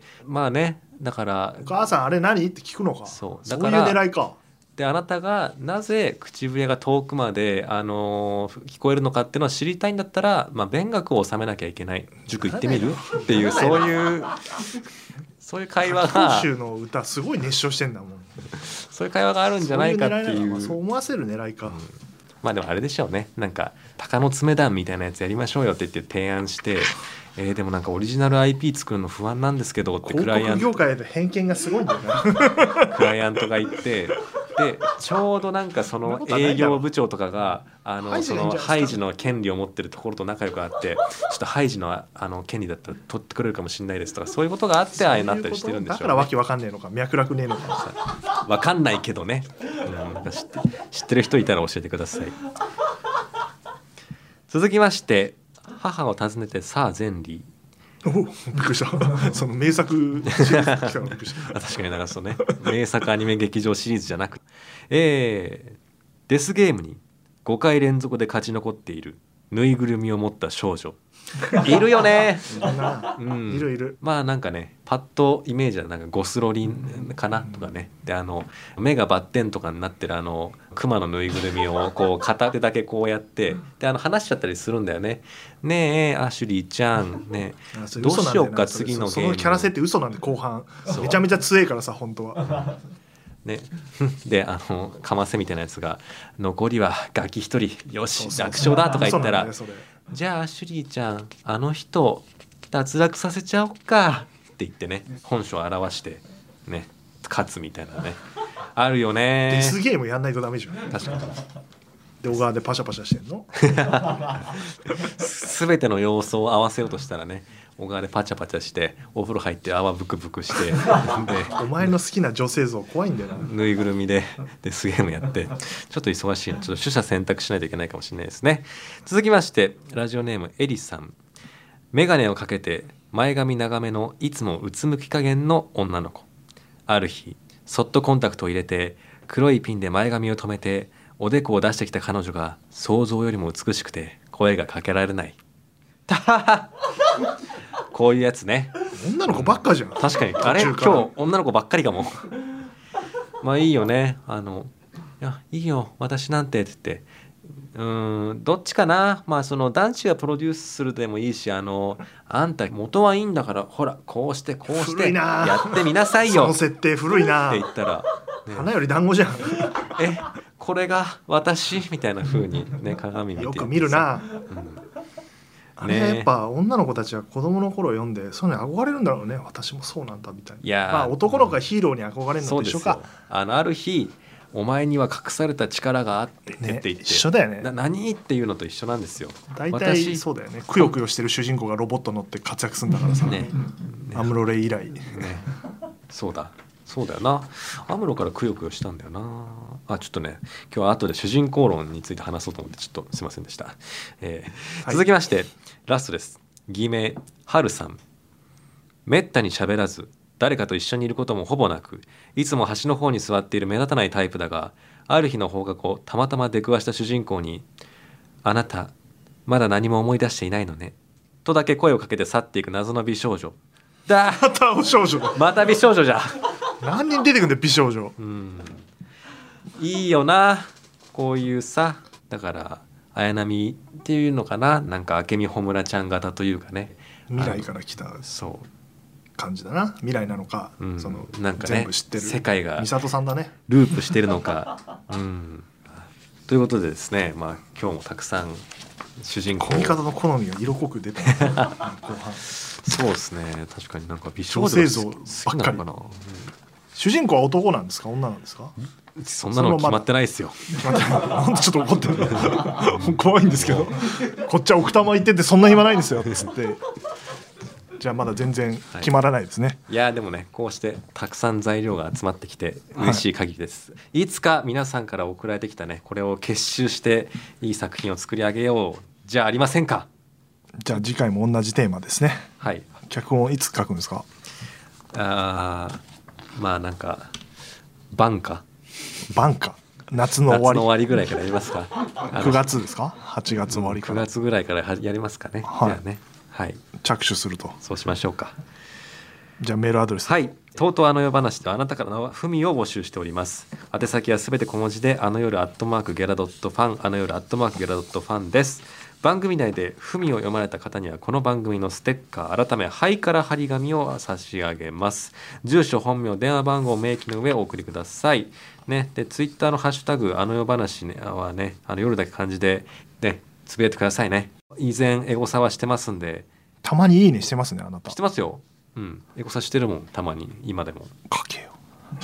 まあね、だからお母さんあれ何って聞くのか。 そうそういうだから狙いか。 であなたがなぜ口笛が遠くまで、あのー聞こえるのかっていうのを知りたいんだったら、まあ、勉学を収めなきゃいけない、塾行ってみるっていう、そういうそういう会話が九州の歌すごい熱唱してんだもん。 そういう会話があるんじゃないかっていう、 そういう狙いなのか。そう思わせる狙いか、うん、 まあでもあれでしょうね、なんか鷹の爪団みたいなやつやりましょうよって言って提案して、えー、でもなんかオリジナル アイピー 作るの不安なんですけどってクライアント広告業界で偏見がすごいんだよなクライアントが言って、でちょうどなんかその営業部長とかがあのそのハイジの権利を持ってるところと仲良くあって、ちょっとハイジのあの権利だったら取ってくれるかもしれないですとか、そういうことがあってああなったりしてるんでしょう、ね、 だからわけわかんねえのか、脈絡ねえのかわかんないけどね、うん、なんか知って、知ってる人いたら教えてください。続きまして、母を訪ねてさあゼンリー。 おびっくりしたその名作シリーズ来たらびっくりした確かに流すとね、名作アニメ劇場シリーズじゃなく、えー、デスゲームにごかい連続で勝ち残っているぬいぐるみを持った少女いるよねいるな、うん、いるいる。 まあなんかね、パッとイメージはなんかゴスロリンかなとかね、であの目がバッテンとかになってるあのクマのぬいぐるみをこう片手だけこうやってであの話しちゃったりするんだよね。ねえアシュリーちゃんね、どうしようか次のゲーム。 そのキャラ設定嘘なんで、後半めちゃめちゃ強いからさ本当はね、であのかませみたいなやつが残りはガキ一人よし楽勝だとか言ったら、じゃあアシュリーちゃんあの人脱落させちゃおっかって言ってね、本性を表してね勝つみたいなねあるよね。 デスゲームやんないとダメじゃん。 確かに。 で小川でパシャパシャしてんの全ての要素を合わせようとしたらね、小川でパチャパチャしてお風呂入って泡ブクブクしてでお前の好きな女性像怖いんだよな。 ぬいぐるみでデスゲームやってちょっと忙しいの、ちょっと取捨選択しないといけないかもしれないですね。続きましてラジオネームエリさん。メガネをかけて前髪長めのいつもうつむき加減の女の子。ある日そっとコンタクトを入れて黒いピンで前髪を留めておでこを出してきた彼女が想像よりも美しくて声がかけられないこういうやつね。 女の子ばっかじゃん。 確かにあれ今日女の子ばっかりかもまあいいよね、あのいやいいよ私なんてって言って、うーんどっちかな、まあその男子がプロデュースするでもいいし、あのあんた元はいいんだからほらこうしてこうしてやってみなさいよその設定古いなって言ったら、 ね、花より団子じゃんえこれが私みたいな風にね鏡見てよく見るな、うん、あれやっぱ女の子たちは子供の頃読んでそういうのに憧れるんだろうね。私もそうなんだみたいな。いや、まあ、男の子がヒーローに憧れるのと一緒か。 あのある日お前には隠された力があってって言って、ね、 一緒だよね。 な何っていうのと一緒なんですよ。 大体そうだよね。くよくよしてる主人公がロボット乗って活躍するんだからさ、ねね、アムロレイ以来、ね、 そうだそうだよな。アムロからくよくよしたんだよな。あちょっとね今日は後で主人公論について話そうと思ってちょっとすいませんでした、えーはい、続きましてラストです。偽名はるさん。めったに喋らず誰かと一緒にいることもほぼなく、いつも端の方に座っている目立たないタイプだが、ある日の放課後たまたま出くわした主人公にあなたまだ何も思い出していないのねとだけ声をかけて去っていく謎の美少女だ。 また美少女だ。 また美少女じゃ何人出てくるんだよ美少女。 うんいいよなこういうさ。だから綾波っていうのかな、なんか明美穂村ちゃん型というかね、 未来から来たそう感じだな。未来なのか、うん、そのなんか、ね、全部知ってる世界が美里さんだね。 ループしてるのか、うん、ということでですね、まあ今日もたくさん主人公髪型の好みが色濃く出た後半そうですね。確かになんか美少女像ばっかり、うん、主人公は男なんですか女なんですか。 そんなの決まってないですよ。 なんでちょっと怒ってる怖いんですけどこっちは奥多摩行っててそんな暇ないんですよっつってじゃあまだ全然決まらないですね、 はい、いやでもねこうしてたくさん材料が集まってきて嬉しい限りです、はい、いつか皆さんから送られてきたねこれを結集していい作品を作り上げようじゃありませんか。 じゃあ次回も同じテーマですね。 はい。 脚本いつ書くんですか。 あまあなんか晩夏晩夏夏の終わり夏の終わりぐらいからやりますかくがつですかはちがつ終わりから、 くがつぐらいからやりますかね、 はい、 じゃあね、はい、 着手すると。 そうしましょうか。 じゃあメールアドレス、 はい、とうとうあの夜話ではあなたからの文を募集しております。宛先はすべて小文字であの夜アットマークゲラドットファンあの夜アットマークゲラドットファンです。番組内で文を読まれた方にはこの番組のステッカー改めハイカラ張り紙を差し上げます。住所本名電話番号を明記の上お送りください、ね、でツイッターのハッシュタグあの夜話、ね、はねあの夜だけ漢字で、ね、つぶやいてくださいね。以前エゴサはしてますんで。 たまにいいねしてますねあなた。 してますよ、うん、エゴサしてるもんたまに今でも。 かけよ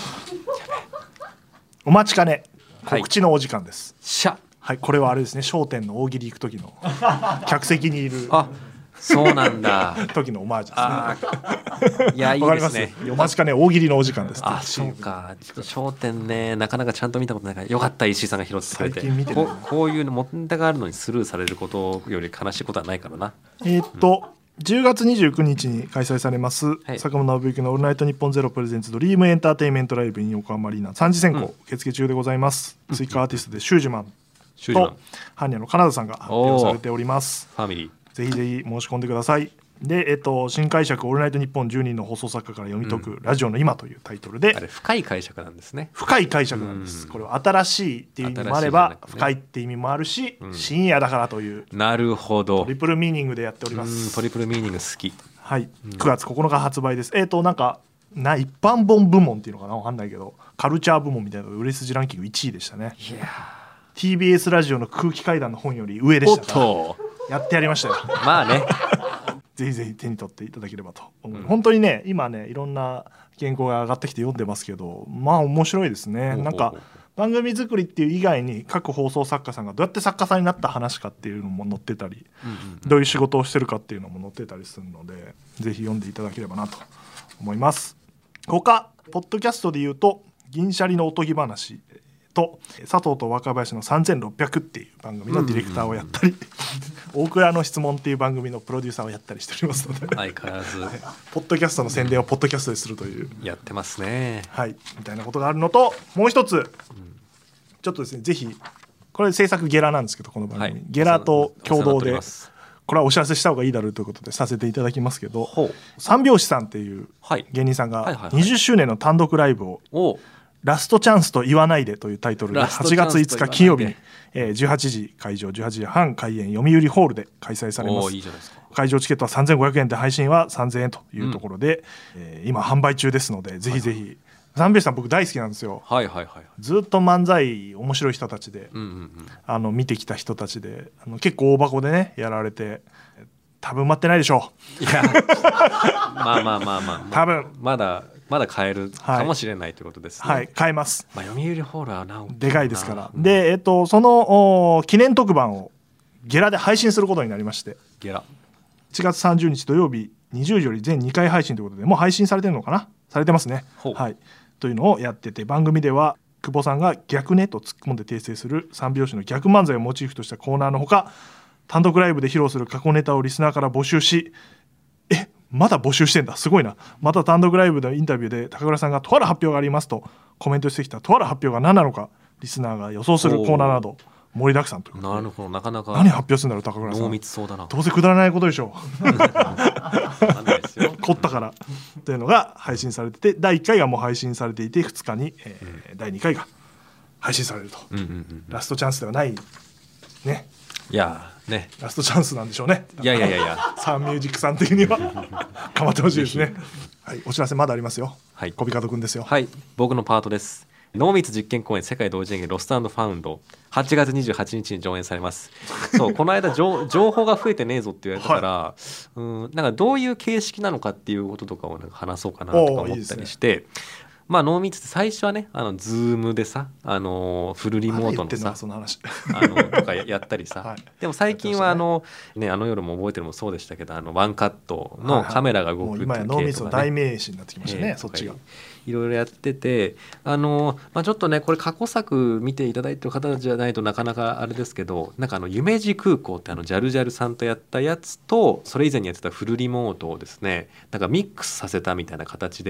お待ちかね告知のお時間です、 はい、しゃはい、これはあれですね、笑点の大喜利行く時の客席にいるあそうなんだ時のオマージュですね。 いやいいですね。 お待ちかね大喜利のお時間です。 あそうか、ちょっと笑点ねなかなかちゃんと見たことないからよかった。石井さんが拾ってくれて、 最近見てるここういう問題があるのにスルーされることより悲しいことはないからな。 えー、っと、うんじゅうがつにじゅうくにちに開催されます、はい、坂本信之のオールナイトニッポンゼロプレゼンツドリームエンターテインメントライブイン横浜アリーナさん次選考、うん、受付中でございます、うん、追加アーティストでシュージュマンとハンニャのカナダさんが発表されております。 ファミリーぜひぜひ申し込んでください。で、えっと、新解釈オールナイトニッポンじゅうにんの放送作家から読み解く、うん、ラジオの今というタイトルで、 あれ深い解釈なんですね。 深い解釈なんです、うん、これは新しいっていう意味もあれば、ね、深いって意味もあるし、うん、深夜だからというなるほどトリプルミーニングでやっております。 うんトリプルミーニング好き。 はい、うん、くがつここのか発売です。えっとなんかな一般本部門っていうのかな分かんないけどカルチャー部門みたいな売れ筋ランキングいちいでしたね。 いやティービーエス ラジオの空気階段の本より上でしたからやってやりましたよ。 まあねぜひぜひ手に取っていただければと思う、うん、本当にね今ねいろんな原稿が上がってきて読んでますけどまあ面白いですね。なんか番組作りっていう以外に各放送作家さんがどうやって作家さんになった話かっていうのも載ってたり、うんうんうん、どういう仕事をしてるかっていうのも載ってたりするのでぜひ読んでいただければなと思います。他ポッドキャストでいうと銀シャリのおとぎ話と佐藤と若林のさんぜんろっぴゃくっていう番組のディレクターをやったり、うんうんうん、大倉の質問っていう番組のプロデューサーをやったりしておりますので相変わらずポッドキャストの宣伝をポッドキャストでするという、 やってますね、 はい、みたいなことがあるのともう一つ、うん、ちょっとですねぜひこれ制作ゲラなんですけどこの番組、はい、ゲラと共同でこれはお知らせした方がいいだろうということでさせていただきますけど三拍子さんっていう芸人さんがにじゅっしゅうねんの単独ライブをラストチャンスと言わないでというタイトルではちがついつか金曜日にじゅうはちじ会場じゅうはちじはん開演読売ホールで開催されます。 いいじゃないですか。 会場チケットはさんぜんごひゃくえんで配信はさんぜんえんというところで、うんえー、今販売中ですのでぜひぜひ、はいはい、三拍子さん僕大好きなんですよ、はいはいはい、ずっと漫才面白い人たちで、うんうんうん、あの見てきた人たちであの結構大箱でねやられて多分待ってないでしょう。いやまあまあまあまあ多分まだまだ買えるかもしれないということですね。 はい、はい、買えます、 まあ、読売ホールはなでかいですから、うん、で、えっと、その記念特番をゲラで配信することになりましてゲラいちがつさんじゅうにち土曜日にじゅうじより全にかい配信ということでもう配信されてるのかなされてますね、はい、というのをやってて番組では久保さんが逆ねと突っ込んで訂正する三拍子の逆漫才をモチーフとしたコーナーのほか単独ライブで披露する過去ネタをリスナーから募集しえまだ募集してんだすごいな。また単独ライブのインタビューで高倉さんがとある発表がありますとコメントしてきたとある発表が何なのかリスナーが予想するコーナーなど盛りだくさんということで。 なるほどなかなか何発表するんだろう高倉さん。 濃密そうだな。 どうせくだらないことでしょう凝ったからというのが配信されててだいいっかいがもう配信されていてふつかに、えーうん、だいにかいが配信されると、うんうんうん、ラストチャンスではないね。 いやねラストチャンスなんでしょうね。 いやいやいやいやサンミュージックさん的には頑張ってほしいですね。はい、お知らせまだありますよ。はい、小日向くんですよ。 はい、僕のパートです。濃密実験公演世界同時演芸ロスト&ファウンドはちがつにじゅうはちにちに上演されます。そうこの間情報が増えてねえぞって言われたから、はい、うんなんかどういう形式なのかっていうこととかをなんか話そうかなとか思ったりして、いいですね。まあ濃密って最初はねあのズームでさあのフルリモートのさその話あのとかやったりさ、はい、でも最近はあのねあの夜も覚えてるもそうでしたけどあのワンカットのカメラが動くっていう系とかね、 今や濃密の代名詞になってきましたね、えー、そっちがいろいろやっててあの、まあ、ちょっとねこれ過去作見ていただいてる方じゃないとなかなかあれですけどなんかあの夢路空港ってあのジャルジャルさんとやったやつとそれ以前にやってたフルリモートをですねなんかミックスさせたみたいな形で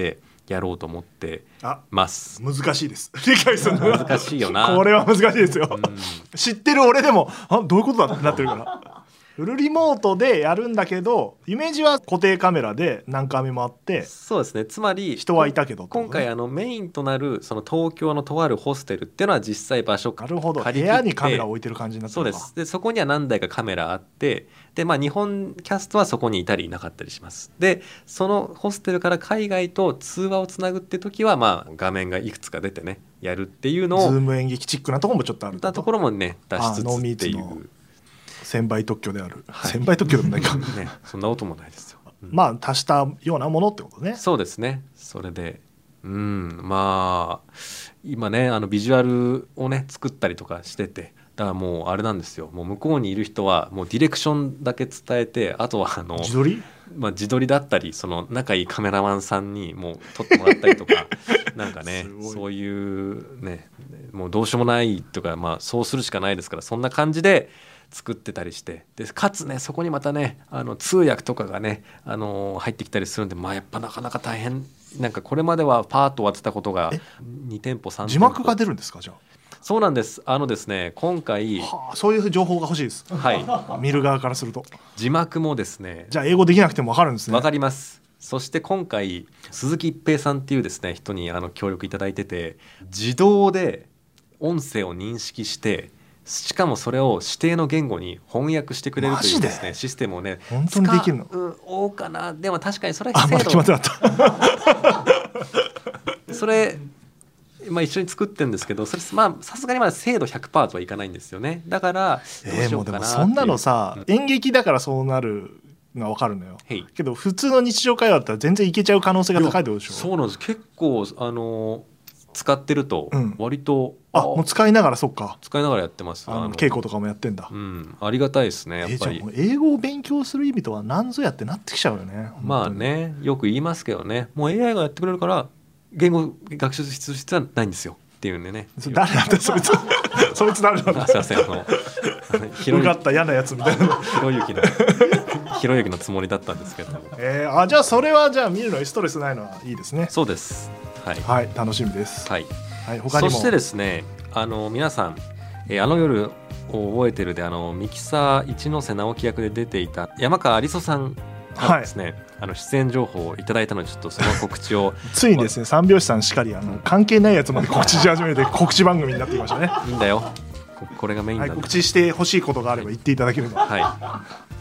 やろうと思ってます。 難しいです。理解するのが難しいよな。 これは難しいですよ、うん、知ってる俺でもあどういうことだってなってるからフルリモートでやるんだけどイメージは固定カメラで何カメもあってそうですね。つまり人はいたけど、ね、 今回あのメインとなるその東京のとあるホステルっていうのは実際場所なるほど部屋にカメラを置いてる感じになってるのか。 そうです。でそこには何台かカメラあってで、まあ、日本キャストはそこにいたりいなかったりします。でそのホステルから海外と通話をつなぐって時は、まあ、画面がいくつか出てねやるっていうのをズーム演劇チックなところもちょっとあるところもね出しつつっていう専売特許である、はい、専売特許でもないか、 ね、そんな音もないですよ、 うん、まあ足したようなものってことね。 そうですね。それでうんまあ今ねあのビジュアルをね作ったりとかしててだからもうあれなんですよ。もう向こうにいる人はもうディレクションだけ伝えてあとはあの自撮り、 まあ、自撮りだったりその仲いいカメラマンさんにもう撮ってもらったりとかなんかねそういうねもうどうしようもないとか、まあ、そうするしかないですからそんな感じで作ってたりしてでかつねそこにまたねあの通訳とかがね、あのー、入ってきたりするんでまあやっぱなかなか大変なんかこれまではパーッと終わってたことがに店舗さん店舗字幕が出るんですか。じゃあそうなんです。あのですね今回、 はあ、そういう情報が欲しいです、 はい、 見る側からすると字幕もですねじゃあ英語できなくても分かるんですね。 分かります。そして今回鈴木一平さんっていうですね人にあの協力いただいてて自動で音声を認識してしかもそれを指定の言語に翻訳してくれるというですねシステムをね本当にできるの使おうかな。でも確かにそれは精度あまだ決まってなかったそれまあ、一緒に作ってるんですけどそれまあさすがにまだ精度 ひゃくパーセント とはいかないんですよね。だからどうしようかなっていう、 えー、もうでもそんなのさ、うん、演劇だからそうなるのは分かるのよけど普通の日常会話だったら全然いけちゃう可能性が高いってことでしょ。 そうなんです。結構あの使ってると割と、 うん、あもう使いながらそっか使いながらやってます。 あの稽古とかもやってんだ、 うん、ありがたいですねやっぱり、 えー、じゃあ英語を勉強する意味とは何ぞやってなってきちゃうよね。 まあねよく言いますけどねもう エーアイ がやってくれるから言語学習する必要はないんですよっていうね。 誰なんだそいつそいつ誰なんだ。 すいませんあのうがった嫌なやつみたいなひろゆきのひろゆきのつもりだったんですけども、 えー、あじゃあそれはじゃあ見るのにストレスないのはいいですね。 そうですはい、 はい、楽しみです。 はい、 はい、他にもそしてですねあの皆さん、えー、あの夜を覚えてるであのミキサー一ノ瀬直樹役で出ていた山川有磯さんからですね、はい、あの出演情報をいただいたのでちょっとその告知をついにですね三拍子さんしかりあの関係ないやつまで告知し始めて告知番組になってきましたね。 いいんだよこれがメインなんだ、 はい、告知してほしいことがあれば言っていただければ、はい、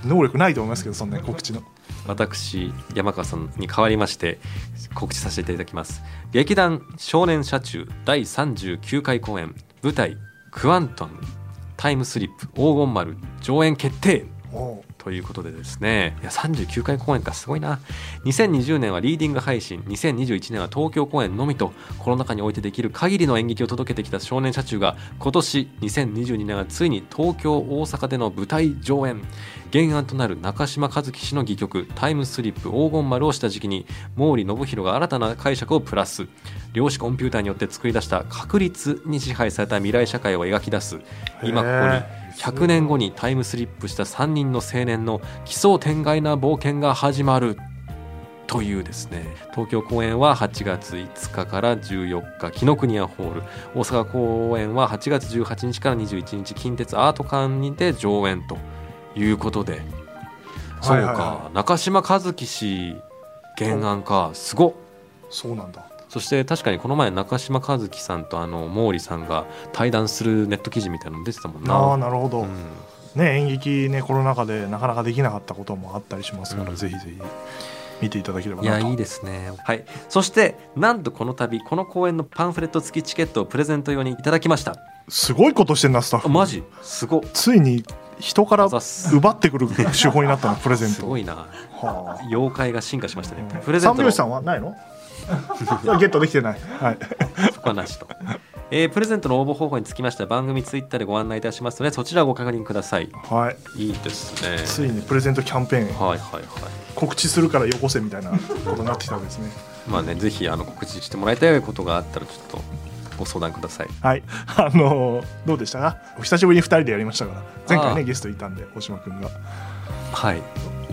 能力ないと思いますけどそんな告知の私山川さんに代わりまして告知させていただきます。劇団少年社中だいさんじゅうきゅうかい公演舞台クワントムタイムスリップ黄金丸上演決定ということでですねいやさんじゅうきゅうかい公演かすごいな。にせんにじゅうねんはリーディング配信にせんにじゅういちねんは東京公演のみとコロナ禍においてできる限りの演劇を届けてきた少年社中が今年にせんにじゅうにねんはついに東京大阪での舞台上演原案となる中島和樹氏の戯曲タイムスリップ黄金丸をした時期に毛利信弘が新たな解釈をプラス量子コンピューターによって作り出した確率に支配された未来社会を描き出す今ここにひゃくねんごにタイムスリップしたさんにんの青年の奇想天外な冒険が始まるというですね東京公演ははちがついつかからじゅうよっか紀ノ国屋ホール大阪公演ははちがつじゅうはちにちからにじゅういちにち近鉄アート館にて上演ということで、そうか、はいはいはい、中島和樹氏原案かすごっ。 そうなんだ。 そして確かにこの前中島和樹さんとあの毛利さんが対談するネット記事みたいなの出てたもんな。 あなるほど、うんね、演劇ねコロナ禍でなかなかできなかったこともあったりしますから、うん、ぜひぜひ見ていただければなと。 いやいいですね、はい、そしてなんとこの度この公演のパンフレット付きチケットをプレゼント用にいただきました。 すごいことしてんなスタッフ。 マジすご。 ついに人から奪ってくる手法になったのプレゼント。 すごいな、はあ、妖怪が進化しましたね、うん、 プレゼントの三拍子さんはないのゲットできてない、はい、 そこはなしと、えー、プレゼントの応募方法につきましては番組ツイッターでご案内いたしますのでそちらをご確認ください。 はい、 いいですね。 ついにプレゼントキャンペーン、 はいはいはい、 告知するからよこせみたいなことになってきたわけですね。 まあねぜひあの告知してもらいたいことがあったらちょっとご相談ください。 はい、あのー、どうでしたか。お久しぶりにふたりでやりましたから前回ねゲストいたんで大島くんがはい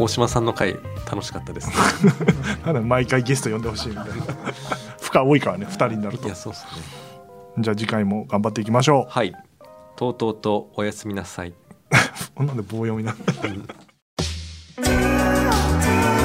大島さんの回楽しかったですねただ毎回ゲスト呼んでほしいみたいな負荷多いからねふたりになると。 いやそうですね。 じゃあ次回も頑張っていきましょう。 はい。とうとうとおやすみなさいこんなんで棒読みな